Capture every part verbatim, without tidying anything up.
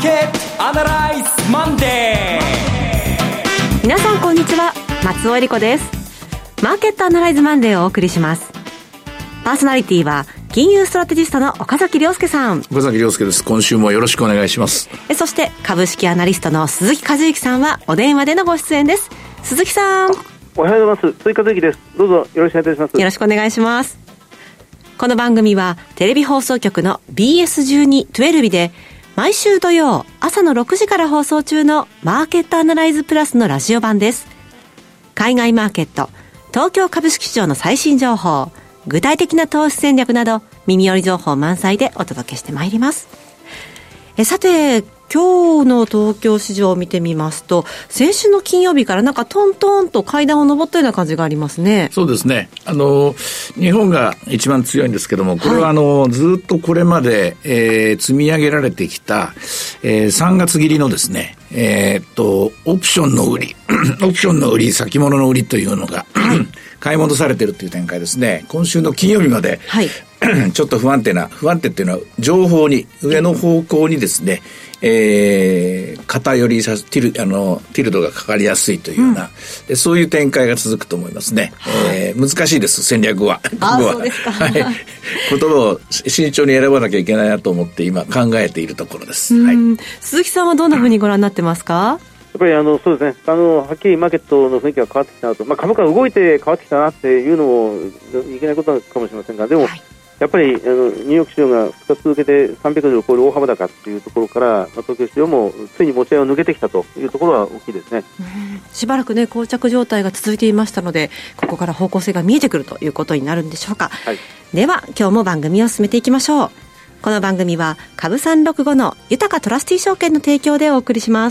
ケットアナライズマンデー。 皆さんこんにちは、松尾恵理子です。マーケットアナライズマンデーをお送りします。パーソナリティは金融ストラテジストの岡崎亮介さん。 岡崎亮介です。今週もよろしくお願いします。 えそして株式アナリストの鈴木和之さんはお電話でのご出演です。鈴木さん、 おはようございます。鈴木和之です。どうぞよろしくお願いいたします。 よろしくお願いします。この番組はテレビ放送局の ビーエスじゅうに じゅうに で毎週土曜朝のろくじから放送中のマーケットアナライズプラスのラジオ版です。海外マーケット、東京株式市場の最新情報、具体的な投資戦略など耳寄り情報満載でお届けしてまいります。えさて、今日の東京市場を見てみますと、先週の金曜日からなんかトントンと階段を上ったような感じがありますね。 そうですね。あの日本が一番強いんですけども、これはあの、はい、ずっとこれまで、えー、積み上げられてきた、えー、さんがつ切りのですね、えー、っとオプションの売りオプションの売り、先物の売りというのが、はい、買い戻されているという展開ですね。今週の金曜日まで、はい、ちょっと不安定な不安定っていうのは情報に上の方向にですね、えー、偏りさティルあのティルドがかかりやすいというような、うん、でそういう展開が続くと思いますね。はい、えー、難しいです戦略は。 あそうですか。 はい、言葉を慎重に選ばなきゃいけないなと思って今考えているところです。はい、 鈴木さんはどんなふうにご覧になってますか？ やっぱりあのそうですね、あのはっきりマーケットの雰囲気が変わってきたなと、まあ、株価が動いて変わってきたなっていうのもいけないことかもしれませんが、でも、はい、やっぱりあのニューヨーク市場がふつか続けてさんびゃくドルを超える大幅高というところから、まあ、東京市場もついに持ち合いを抜けてきたというところは大きいですね。 うん、しばらくね膠着状態が続いていましたので、ここから方向性が見えてくるということになるんでしょうか。はい、では今日も番組を進めていきましょう。この番組は株さんろくごの豊かトラスティ証券の提供でお送りします。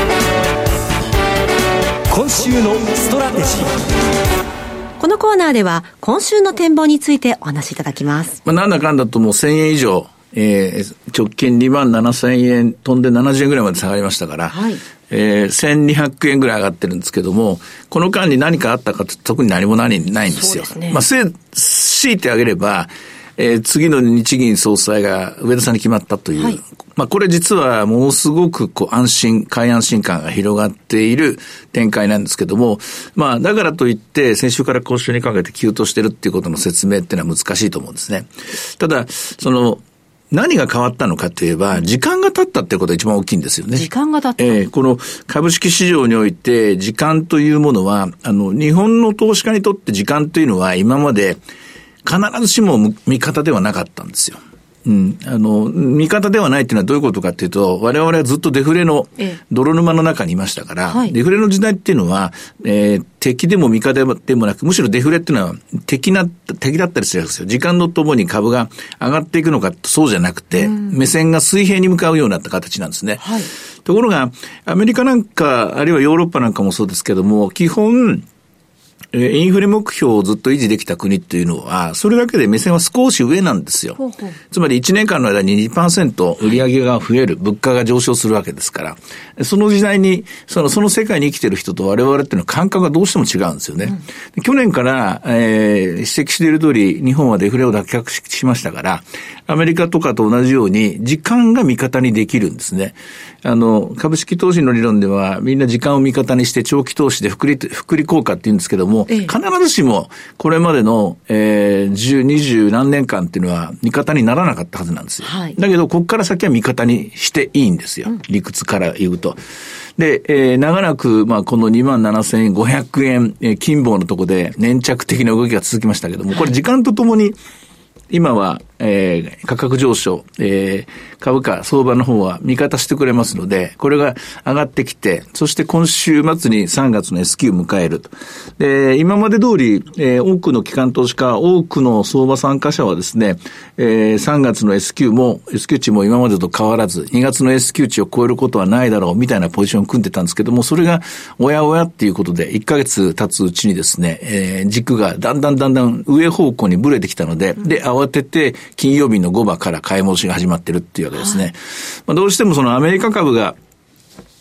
今週のストラテジー。 このコーナーでは今週の展望についてお話しいただきます。 まあ、なんだかんだともうせんえん以上、えー、直近にまんななせんえん飛んでななじゅうえんぐらいまで下がりましたから、はい、えー、せんにひゃくえんぐらい上がってるんですけども、この間に何かあったかって特に何もないんですよ。そうですね。まあ、せ強いてあげれば、えー、次の日銀総裁が上田さんに決まったという、はい、まあこれ実はものすごくこう安心、買い安心感が広がっている展開なんですけども、まあだからといって先週から今週にかけて急騰してるっていうことの説明っていうのは難しいと思うんですね。ただ、その、何が変わったのかといえば、時間が経ったっていうことが一番大きいんですよね。 時間が経った。 えー、この株式市場において時間というものは、あの、日本の投資家にとって時間というのは今まで必ずしも味方ではなかったんですよ。うん。あの、味方ではないっていうのはどういうことかっていうと、我々はずっとデフレの泥沼の中にいましたから、はい、デフレの時代っていうのは、えー、敵でも味方でもなく、むしろデフレっていうのは敵な、敵だったりするんですよ。時間とともに株が上がっていくのかそうじゃなくて、目線が水平に向かうようになった形なんですね。はい、ところが、アメリカなんか、あるいはヨーロッパなんかもそうですけども、基本、インフレ目標をずっと維持できた国っていうのは、それだけで目線は少し上なんですよ。ほうほう。つまりいちねんかんの間に にパーセント 売上が増える、物価が上昇するわけですから、その時代に、その、その世界に生きてる人と我々っていうのは感覚がどうしても違うんですよね。うん、去年から、えー、指摘している通り、日本はデフレを脱却しましたから、アメリカとかと同じように、時間が味方にできるんですね。あの、株式投資の理論では、みんな時間を味方にして長期投資で複利、複利効果って言うんですけども、ええ、必ずしもこれまでの、えー、十、二十何年間っていうのは味方にならなかったはずなんですよ。はい、だけど、ここから先は味方にしていいんですよ。うん、理屈から言うと。で、えー、長らく、まあ、このにまんななせんごひゃくえん、えー、金棒のとこで粘着的な動きが続きましたけども、これ時間とともに、今は、えー、価格上昇、えー、株価、相場の方は味方してくれますので、これが上がってきて、そして今週末にさんがつの S q を迎えると。で、今まで通り、えー、多くの機関投資家、多くの相場参加者はですね、えー、さんがつの S q も、S q 値も今までと変わらず、にがつの S q 値を超えることはないだろう、みたいなポジションを組んでたんですけども、それが、おやおやっていうことで、いっかげつ経つうちにですね、えー、軸がだんだんだんだん上方向にブレてきたので、で、慌てて、金曜日のごばから買い戻しが始まってるっていうわけですね。はい、まあ、どうしてもそのアメリカ株が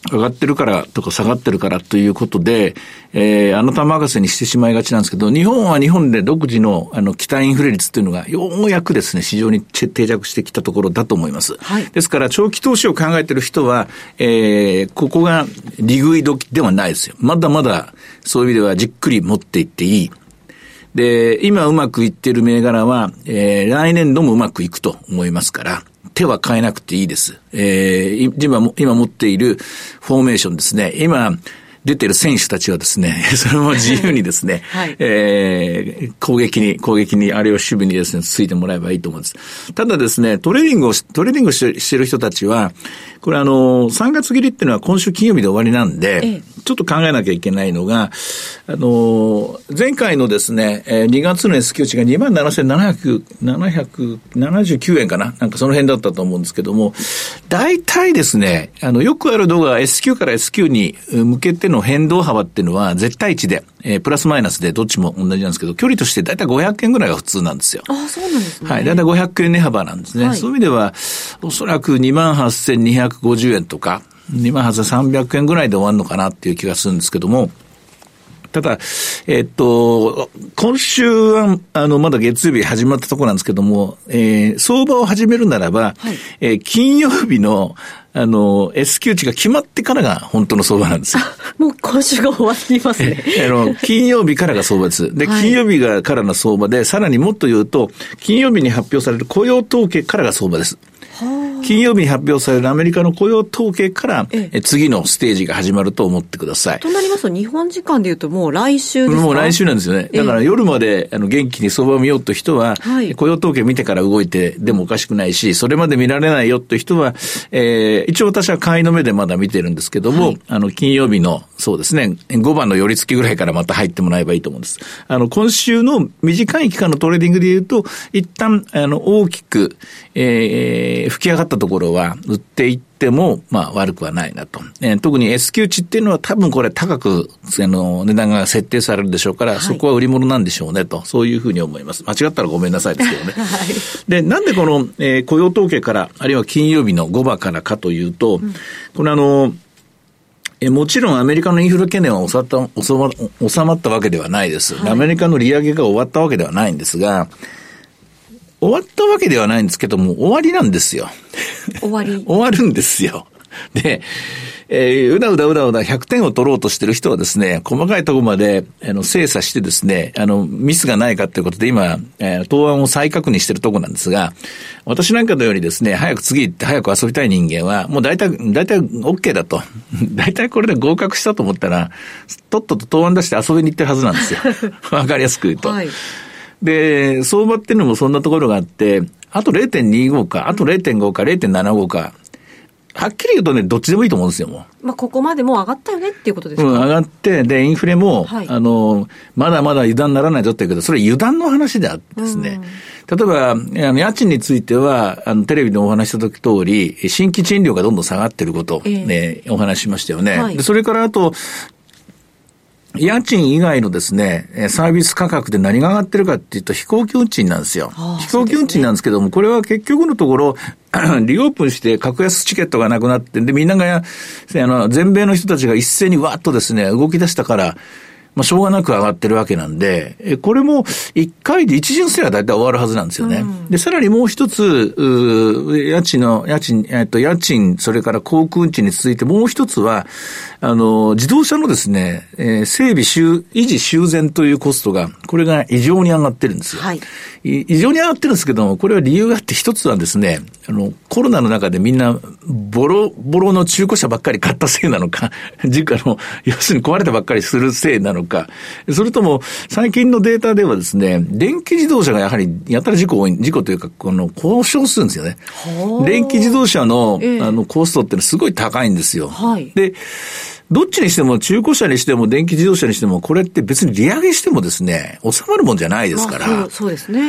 上がってるからとか下がってるからということで、えー、あなた任せにしてしまいがちなんですけど、日本は日本で独自のあの期待インフレ率というのがようやくですね、市場に定着してきたところだと思います。 はい、 ですから長期投資を考えている人は、えー、ここが利食い時ではないですよ。まだまだそういう意味ではじっくり持っていっていい。で、今うまくいっている銘柄は、えー、来年度もうまくいくと思いますから、手は変えなくていいです。えー、今、今持っているフォーメーションですね。今、出てる選手たちはですね、それも自由にですね、はい、えー、攻撃に、攻撃に、あるいは守備にですね、ついてもらえばいいと思うんです。ただですね、トレーディングを、トレーディングして、してる人たちは、これあの、さんがつ切りっていうのは今週金曜日で終わりなんで、ええ、ちょっと考えなきゃいけないのが、あの、前回のですね、にがつの S q 値が にまんななせんななひゃくななじゅうきゅうえんかな、なんかその辺だったと思うんですけども、大体ですね、あの、よくある動画は S q から S q に向けての変動幅っていうのは絶対値で、えー、プラスマイナスでどっちも同じなんですけど、距離として大体ごひゃくえんぐらいが普通なんですよ。 ああ、そうなんですね。 はい。大体ごひゃくえん値幅なんですね。はい、そういう意味では、おそらく にまんはっせんにひゃくごじゅうえんとか、にまんはっせんさんびゃくえんぐらいで終わるのかなっていう気がするんですけども、ただ、えっと、今週は、あの、まだ月曜日始まったところなんですけども、えー、相場を始めるならば、はい、えー、金曜日の、あの、S q 値が決まってからが本当の相場なんですよ。 もう今週が終わりますね。 あの、金曜日からが相場です。で、金曜日がからの相場で、さらにもっと言うと、金曜日に発表される雇用統計からが相場です。金曜日に発表されるアメリカの雇用統計からええ次のステージが始まると思ってください。 となりますと日本時間でいうともう来週ですか？ もう来週なんですよね。だから夜まであの元気に相場を見ようという人は、はい、雇用統計見てから動いてでもおかしくないし、それまで見られないよという人は、えー、一応私は買いの目でまだ見てるんですけども、はい、あの金曜日のそうですねごばんの寄り付きぐらいからまた入ってもらえばいいと思うんです。あの今週の短い期間のトレーディングでいうと一旦あの大きく、えー、吹き上がったところは売っていっても、まあ悪くはないなと。えー、特に S q 値っていうのは多分これ高く、あの、値段が設定されるでしょうから、はい、そこは売り物なんでしょうねと。そういうふうに思います。間違ったらごめんなさいですけどね。はい、で、なんでこの、えー、雇用統計から、あるいは金曜日のごばからかというと、うん、これあの、えもちろんアメリカのインフレ懸念は収まった、収ま、収まったわけではないです。はい、アメリカの利上げが終わったわけではないんですが、終わったわけではないんですけども、終わりなんですよ。 終わり終わるんですよ。で、えー、うだうだうだうだひゃくてんを取ろうとしてる人はですね、細かいところまで、あの、精査してですね、あの、ミスがないかということで今、えー、答案を再確認してるところなんですが、私なんかのようにですね、早く次行って早く遊びたい人間は、もう大体、大体 OK だと。大体これで合格したと思ったら、とっとと答案出して遊びに行ってるはずなんですよ。わかりやすく言うと。はい、で、相場っていうのもそんなところがあって、あと れいてんにご か、あと れいてんご か れいてんななご か、はっきり言うとね、どっちでもいいと思うんですよ、もう。 まあ、ここまでもう上がったよねっていうことですか？うん、 上がって、で、インフレも、はい、あの、まだまだ油断ならないぞって言うけど、それ油断の話であってですね。例えば、あの、家賃については、あの、テレビでお話しした通り、新規賃料がどんどん下がっていることをね、えー、お話ししましたよね。はい、で、それからあと、家賃以外のですね、サービス価格で何が上がってるかっていうと飛行機運賃なんですよ。飛行機運賃なんですけども、これは結局のところ、リオープンして格安チケットがなくなって、で、みんなが、あの、全米の人たちが一斉にわーっとですね、動き出したから、まあ、しょうがなく上がってるわけなんで、え、これも一回で一巡すれば大体終わるはずなんですよね。うん、で、さらにもう一つ、う家賃の、家賃、えっと、家賃、それから航空運賃に続いてもう一つは、あの、自動車のですね、えー、整備修、維持修繕というコストが、これが異常に上がってるんですよ。はい。異常に上がってるんですけども、これは理由があって一つはですね、あの、コロナの中でみんな、ボロボロの中古車ばっかり買ったせいなのか、じあの、要するに壊れたばっかりするせいなのか、それとも、最近のデータではですね、電気自動車がやはり、やたら事故多い、事故というか、この、交渉するんですよね。電気自動車の、ええ、あの、コストってのはすごい高いんですよ。はい。で、どっちにしても、中古車にしても、電気自動車にしても、これって別に利上げしてもですね、収まるもんじゃないですから。 まあ、そう、そうですね。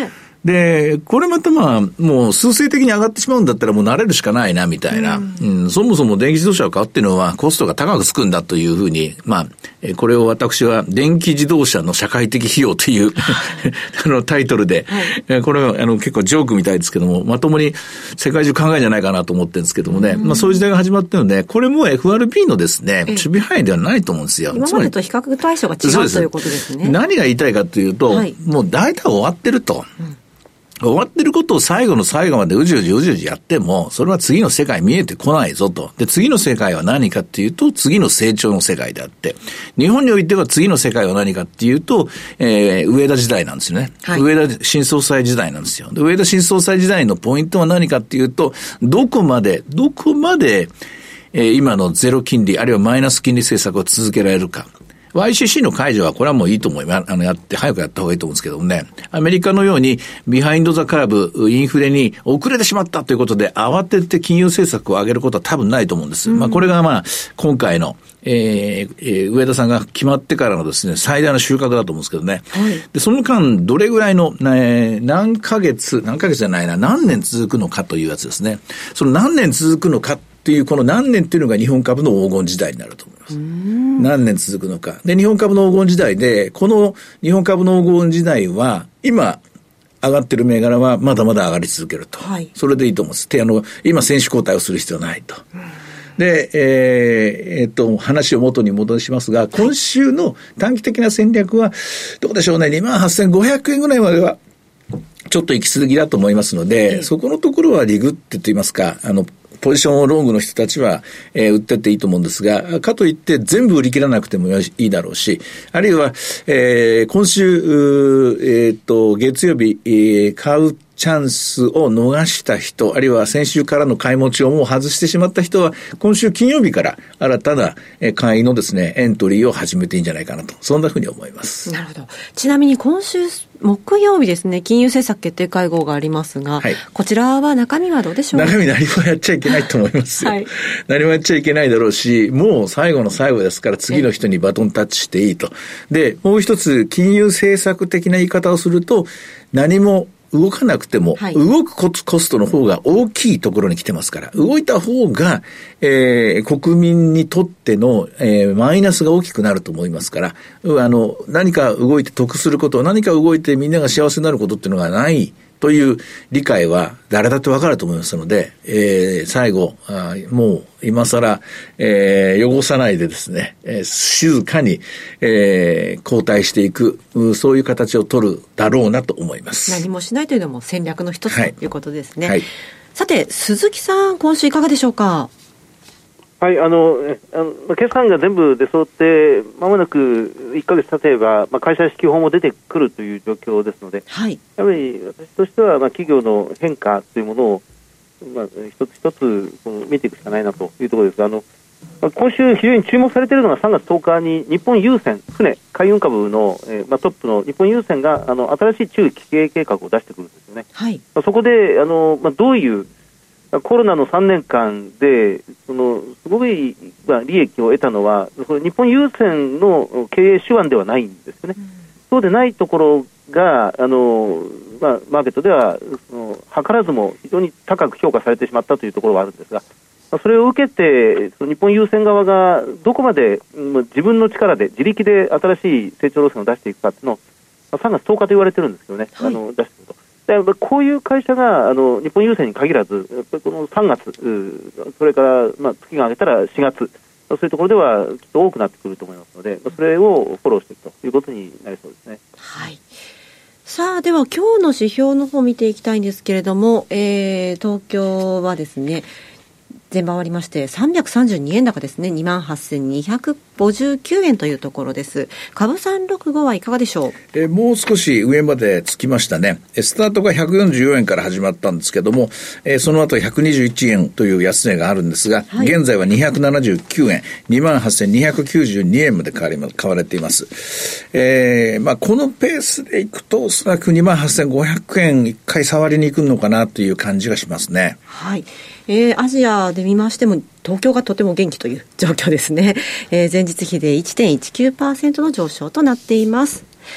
で、これまたまあ、もう数勢的に上がってしまうんだったらもう慣れるしかないな、みたいな。うん、うん、そもそも電気自動車を買うっていうのはコストが高くつくんだというふうに、まあ、これを私は電気自動車の社会的費用というあのタイトルで、はい、これはあの結構ジョークみたいですけども、まともに世界中考えじゃないかなと思ってるんですけどもね、うん、まあそういう時代が始まってるので、これも エフアールビー のですね、守備範囲ではないと思うんですよ。 今までと比較対象が違うということですね。 何が言いたいかというと、はい、もう大体終わってると。うん終わってることを最後の最後までうじうじうじうじやっても、それは次の世界見えてこないぞと。で、次の世界は何かっていうと、次の成長の世界であって、日本においては次の世界は何かっていうと、えー、上田時代なんですよね。はい、上田新総裁時代なんですよ。で、上田新総裁時代のポイントは何かっていうと、どこまで、どこまで、えー、今のゼロ金利、あるいはマイナス金利政策を続けられるか。ワイシーシー の解除はこれはもういいと思います。あの、やって、早くやった方がいいと思うんですけどもね。アメリカのように、ビハインドザカーブ、インフレに遅れてしまったということで、慌てて金融政策を上げることは多分ないと思うんです。うん、まあ、これがまあ、今回の、えーえー、上田さんが決まってからのですね、最大の収穫だと思うんですけどね。はい、で、その間、どれぐらいの、えー、何ヶ月、何ヶ月じゃないな、何年続くのかというやつですね。その何年続くのかっていう、この何年っていうのが日本株の黄金時代になると思います。何年続くのか。で、日本株の黄金時代で、この日本株の黄金時代は、今、上がってる銘柄はまだまだ上がり続けると。はい、それでいいと思うんです。で、あの、今、選手交代をする必要はないと。で、えー、えー、っと、話を元に戻しますが、今週の短期的な戦略は、どうでしょうね、にまんはっせんごひゃくえんぐらいまでは、ちょっと行き過ぎだと思いますので、そこのところはリグってと言いますか、あの、ポジションをロングの人たちは、えー、売ってっていいと思うんですが、かといって全部売り切らなくてもいいだろうし、あるいは、えー、今週、えー、っと、月曜日、えー、買うチャンスを逃した人、あるいは先週からの買い持ちをもう外してしまった人は、今週金曜日から新たな会員のですね、エントリーを始めていいんじゃないかなと、そんなふうに思います。 なるほど。ちなみに今週木曜日ですね、金融政策決定会合がありますが、はい、こちらは中身はどうでしょうか。 中身何もやっちゃいけないと思いますよ。はい、何もやっちゃいけないだろうし、もう最後の最後ですから次の人にバトンタッチしていいと。で、もう一つ金融政策的な言い方をすると、何も動かなくても、はい、動くコストの方が大きいところに来てますから、動いた方が、えー、国民にとっての、えー、マイナスが大きくなると思いますから、あの、何か動いて得すること、何か動いてみんなが幸せになることっていうのがないという理解は誰だってわかると思いますので、えー、最後、あもう今更、えー、汚さないでですね、えー、静かに、えー、交代していく、そういう形を取るだろうなと思います。 何もしないというのも戦略の一つ、はい、ということですね。はい、さて、鈴木さん、今週いかがでしょうか。 はい、あの、あの決算が全部出そうって、まもなくいっかげつ経てば、まあ、会社指揮法も出てくるという状況ですので、はい、やっぱり私としては、まあ、企業の変化というものを、まあ、一つ一つこの見ていくしかないなというところですが、あの、まあ、今週非常に注目されているのがさんがつとおかに日本郵船、船、海運株の、えーまあ、トップの日本郵船があの新しい中期経営計画を出してくるんですよね。はい、まあ、そこであの、まあ、どういうコロナのさんねんかんでそのすごい、まあ、利益を得たのはその日本郵船の経営手腕ではないんですよね。うん、そうでないところがあの、まあ、マーケットではその図らずも非常に高く評価されてしまったというところがあるんですが、それを受けてその日本郵船側がどこまで自分の力で自力で新しい成長路線を出していくかというのをさんがつとおかと言われてるんですけどね、はい、あの出していくと。でこういう会社があの日本郵船に限らず、やっぱりこのさんがつ、それから、まあ、月が明けたらしがつ、そういうところではきっと多くなってくると思いますので、それをフォローしていくということになりそうですね。 はい。さあ、では今日の指標の方を見ていきたいんですけれども、えー、東京はですね、前場終わりましてさんびゃくさんじゅうにえん高ですね、にまんはっせんにひゃくごじゅうきゅうえんというところです。株さんろくごはいかがでしょう。 えもう少し上までつきましたね。スタートがひゃくよんじゅうよんえんから始まったんですけども、えその後ひゃくにじゅういちえんという安値があるんですが、はい、現在はにひゃくななじゅうきゅうえん、にまんはっせんにひゃくきゅうじゅうにえんまで買われ、買われています。えー、まあこのペースでいくとおそらくにまんはっせんごひゃくえん一回触りに行くのかなという感じがしますね。 はい。えー、アジアで見ましても東京がとても元気という状況ですね。えー、前日比で いってんいちきゅうパーセント の上昇となっています。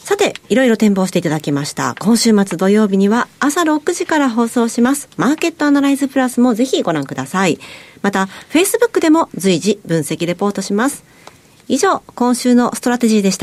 さて、いろいろ展望していただきました。今週末土曜日には朝ろくじから放送します。マーケットアナライズプラスもぜひご覧ください。また、Facebook でも随時分析レポートします。以上、今週のストラテジーでした。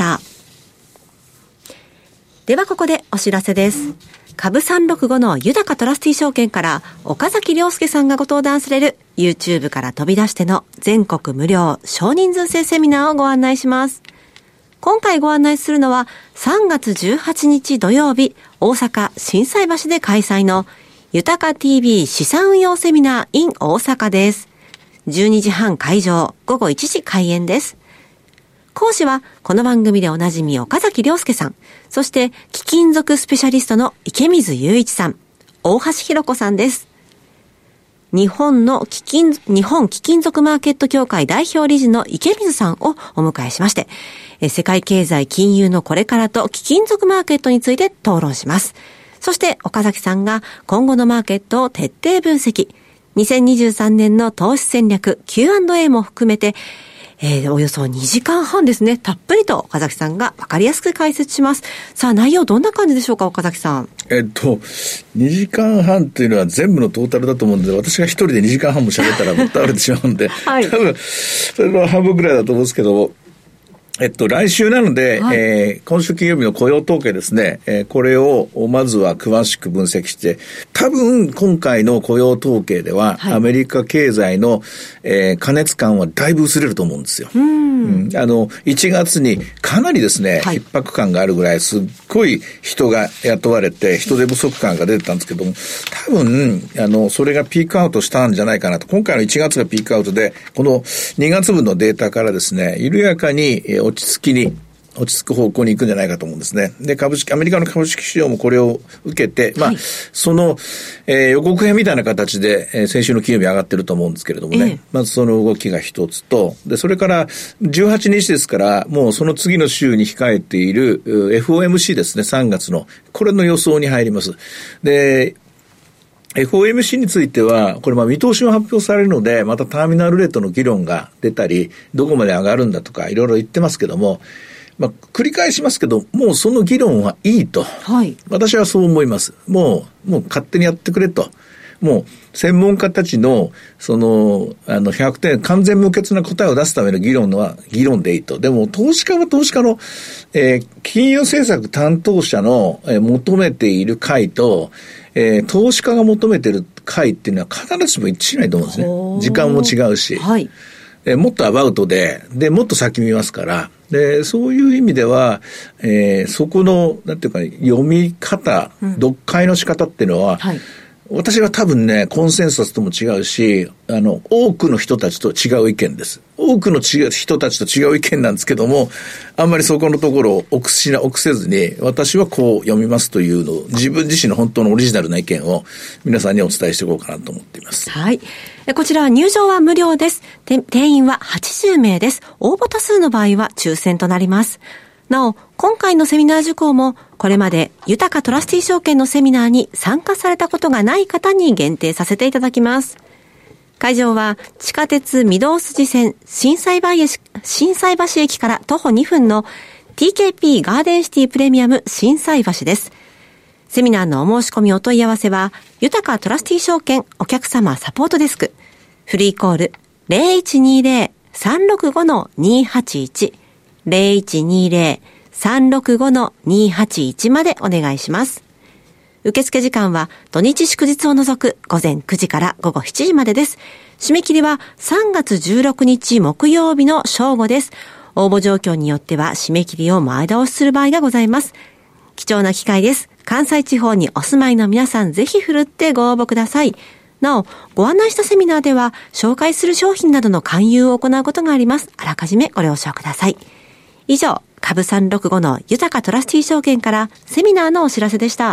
ではここでお知らせです。株さんろくごの豊かトラスティ証券から岡崎亮介さんがご登壇される YouTube から飛び出しての全国無料少人数制セミナーをご案内します。今回ご案内するのはさんがつじゅうはちにち土曜日、大阪心斎橋で開催の豊か ティービー 資産運用セミナー in 大阪です。じゅうにじはん会場、ごごいちじ開演です。講師はこの番組でおなじみ岡崎亮介さん、そして貴金属スペシャリストの池水雄一さん、大橋弘子さんです。日本の貴金、日本貴金属マーケット協会代表理事の池水さんをお迎えしまして、世界経済金融のこれからと貴金属マーケットについて討論します。そして岡崎さんが今後のマーケットを徹底分析、にせんにじゅうさんねんの投資戦略 キューアンドエー も含めて、えー、およそにじかんはんですね、たっぷりと岡崎さんが分かりやすく解説します。さあ、内容どんな感じでしょうか、岡崎さん。 えっと、にじかんはんというのは全部のトータルだと思うんで、私が一人でにじかんはんも喋ったらもっと倒れてしまうんで、はい、多分、それの半分くらいだと思うんですけど、えっと、来週なので、はい、えー、今週金曜日の雇用統計ですね、えー、これをまずは詳しく分析して、多分今回の雇用統計では、はい、アメリカ経済の、えー、過熱感はだいぶ薄れると思うんですよ。うんうん、あの、いちがつにかなりですね、はい、逼迫感があるぐらいすっごい人が雇われて、人手不足感が出てたんですけども、多分、あの、それがピークアウトしたんじゃないかなと。今回のいちがつがピークアウトで、このにがつぶんのデータからですね、緩やかに、えー落ち着きに、落ち着く方向に行くんじゃないかと思うんですね。で、株式、アメリカの株式市場もこれを受けて、まあ、はい、その、えー、予告編みたいな形で、えー、先週の金曜日上がってると思うんですけれどもね。ええ、まずその動きが一つと、で、それからじゅうはちにちですから、もうその次の週に控えている エフオーエムシー ですね、さんがつの。これの予想に入ります。で、エフオーエムシー については、これまあ見通しが発表されるので、またターミナルレートの議論が出たり、どこまで上がるんだとか、いろいろ言ってますけども、まあ繰り返しますけど、もうその議論はいいと。はい。私はそう思います。もう、もう勝手にやってくれと。もう、専門家たちの、その、あの、ひゃくてん、完全無欠な答えを出すための議論は、議論でいいと。でも、投資家は投資家の、えー、金融政策担当者の、えー、求めている会と、えー、投資家が求めている会っていうのは必ずしも一致しないと思うんですね。時間も違うし。はい。えー、もっとアバウトで、で、もっと先見ますから、で、そういう意味では、えー、そこの、なんていうか、ね、読み方、うん、読解の仕方っていうのは、はい、私は多分ね、コンセンサスとも違うし、あの、多くの人たちと違う意見です。多くの違う人たちと違う意見なんですけども、あんまりそこのところを臆しな、臆せずに、私はこう読みますというのを、自分自身の本当のオリジナルな意見を皆さんにお伝えしていこうかなと思っています。 はい。こちら入場は無料です。定員ははちじゅうめいです。応募多数の場合は抽選となります。なお、今回のセミナー受講も、これまで豊かトラスティ証券のセミナーに参加されたことがない方に限定させていただきます。会場は地下鉄御堂筋線心斎橋駅、心斎橋駅から徒歩にふんの ティーケーピー ガーデンシティプレミアム心斎橋です。セミナーのお申し込みお問い合わせは、豊かトラスティ証券お客様サポートデスク、フリーコール ゼロいちにゼロ さんろくご にはちいち ゼロいちにゼロ さんろくご にはちいち までお願いします。受付時間は土日祝日を除くごぜんくじからごごしちじまでです。締め切りはさんがつじゅうろくにち木曜日の正午です。応募状況によっては締め切りを前倒しする場合がございます。貴重な機会です。関西地方にお住まいの皆さん、ぜひふるってご応募ください。なお、ご案内したセミナーでは紹介する商品などの勧誘を行うことがあります。あらかじめご了承ください。以上、株さんろくごの豊かトラスティ証券からセミナーのお知らせでした。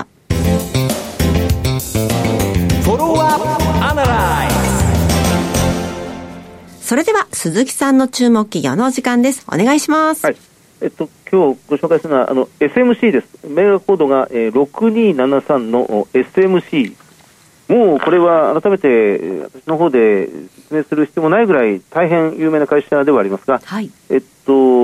それでは鈴木さんの注目企業のお時間です。お願いします。 はい。えっと、今日ご紹介するのはあの エスエムシー です。銘柄コードが、えー、ろくにななさんの エスエムシー。もうこれは改めて私の方で説明する必要もないぐらい大変有名な会社ではありますが、はい、えっと、こ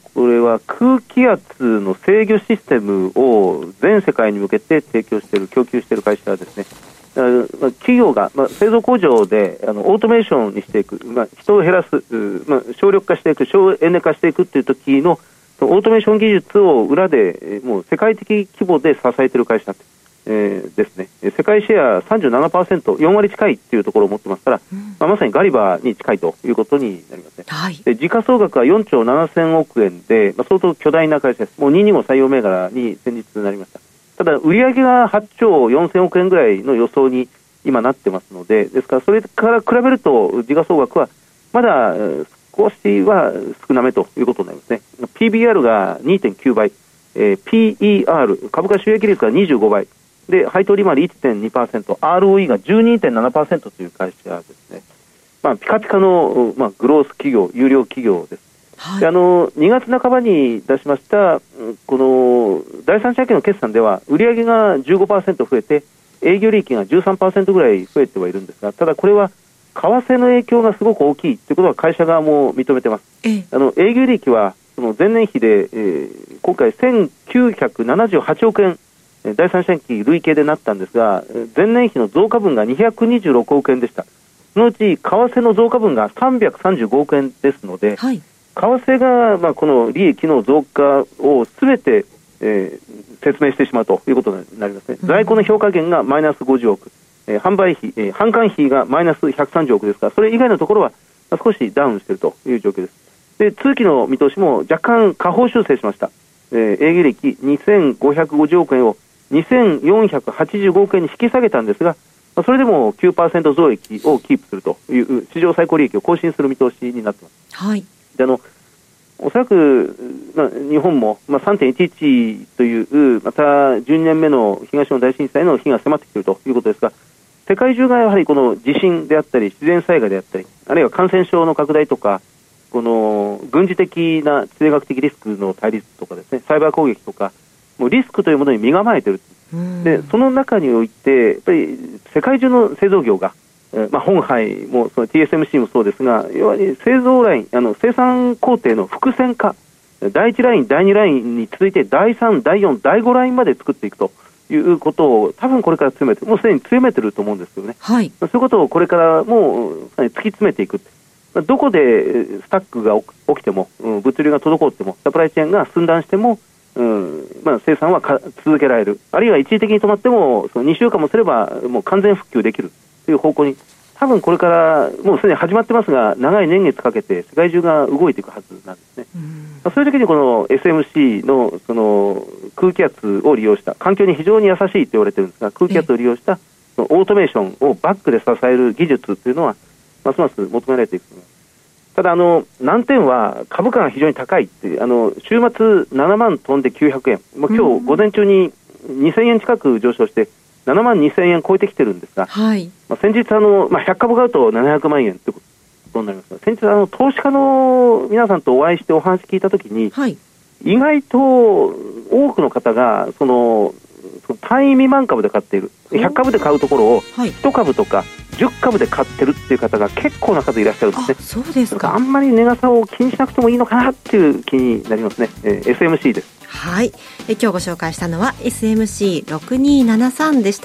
これは空気圧の制御システムを全世界に向けて提供している、供給している会社ですね。だからまあ企業が、まあ、製造工場であのオートメーションにしていく、まあ、人を減らす、まあ、省力化していく、省エネ化していくという時のオートメーション技術を裏でもう世界的規模で支えている会社、えー、ですね。世界シェア さんじゅうななパーセント、よん割近いというところを持ってますから、うんまあ、まさにガリバーに近いということになりますね。はい、で時価総額はよんちょうななせんおくえんで、まあ、相当巨大な会社です。もうにじゅうご採用銘柄に先日なりました。ただ売上がはちちょうよんせんおくえんぐらいの予想に今なってますので、ですからそれから比べると時価総額はまだ少しは少なめということになりますね。 ピービーアール が にてんきゅうばい、えー、ピーイーアール 株価収益率がにじゅうごばいで、配当利回り いってんにパーセント、 アールオーイー が じゅうにてんななパーセント という会社ですね。まあ、ピカピカの、まあ、グロース企業、有料企業です。はい、であのにがつなかばに出しましたこの第三四半期の決算では売上が じゅうごパーセント 増えて営業利益が じゅうさんパーセント ぐらい増えてはいるんですが、ただこれは為替の影響がすごく大きいということは会社側も認めています。えあの営業利益はその前年比で、えー、今回せんきゅうひゃくななじゅうはちおくえん第三四半期累計でなったんですが、前年比の増加分がにひゃくにじゅうろくおくえんでした。そのうち為替の増加分がさんびゃくさんじゅうごおくえんですので、はい、為替が、まあ、この利益の増加をすべて、えー、説明してしまうということになりますね。うん、在庫の評価減がマイナスごじゅうおく、えー、販売費、えー、販管費がマイナスひゃくさんじゅうおくですから、それ以外のところは、まあ、少しダウンしているという状況です。で、通期の見通しも若干下方修正しました。えー、営業利益にせんごひゃくごじゅうおくえんをにせんよんひゃくはちじゅうごおくえんに引き下げたんですが、それでも きゅうパーセント 増益をキープするという史上最高利益を更新する見通しになっています。はい。であのおそらく、まあ、日本も、まあ、さんてんいちいち というまたじゅうにねんめの東日本大震災の日が迫ってきているということですが、世界中がやはりこの地震であったり自然災害であったり、あるいは感染症の拡大とか、この軍事的な地政学的リスクの対立とかですね、サイバー攻撃とか、もうリスクというものに身構えている。でその中においてやっぱり世界中の製造業が、えーまあ、本杯もその ティーエスエムシー もそうですが、要は製造ライン、あの生産工程の複線化、だいいちラインだいにラインに続いてだいさんだいよんだいごラインまで作っていくということを多分これから強めて、もうすでに強めていると思うんですけどね、はい、そういうことをこれからもう突き詰めていく。どこでスタックが起きても、うん、物流が滞ってもサプライチェーンが寸断しても、うんまあ、生産はか続けられる、あるいは一時的に止まってもそのにしゅうかんもすればもう完全復旧できるという方向に、多分これからもうすでに始まってますが、長い年月かけて世界中が動いていくはずなんですね。うんそういう時にこの エスエムシー の, その空気圧を利用した環境に非常に優しいと言われているんですが、空気圧を利用したそのオートメーションをバックで支える技術というのはますます求められていくと思います。ただあの難点は株価が非常に高いっていう、あの週末ななまん飛んできゅうひゃくえん、もう今日午前中ににせんえん近く上昇してななまんにせんえん超えてきてるんですが、はいまあ、先日あの、まあ、ひゃっかぶ買うとななひゃくまんえんということになりますが、先日あの投資家の皆さんとお会いしてお話聞いたときに、はい、意外と多くの方がそのその単位未満株で買っている、ひゃっかぶで買うところをいちかぶとかじゅっかぶで買ってるっていう方が結構な数いらっしゃるんですね。 あ、そうですか。 あんまり値傘を気にしなくてもいいのかなっていう気になりますね。えー、エスエムシー です。 はい、え今日ご紹介したのは エスエムシーろくにーななさん でした。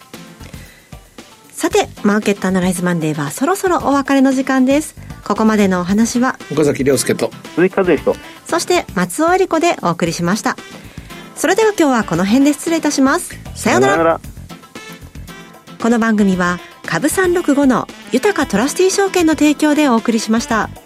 さてマーケットアナライズマンデーはそろそろお別れの時間です。ここまでのお話は岡崎亮介と鈴木和之と、 そして松尾恵理子でお送りしました。それでは今日はこの辺で失礼いたします。さようなら。さようなら。この番組は株さんろくごの豊かトラスティ証券の提供でお送りしました。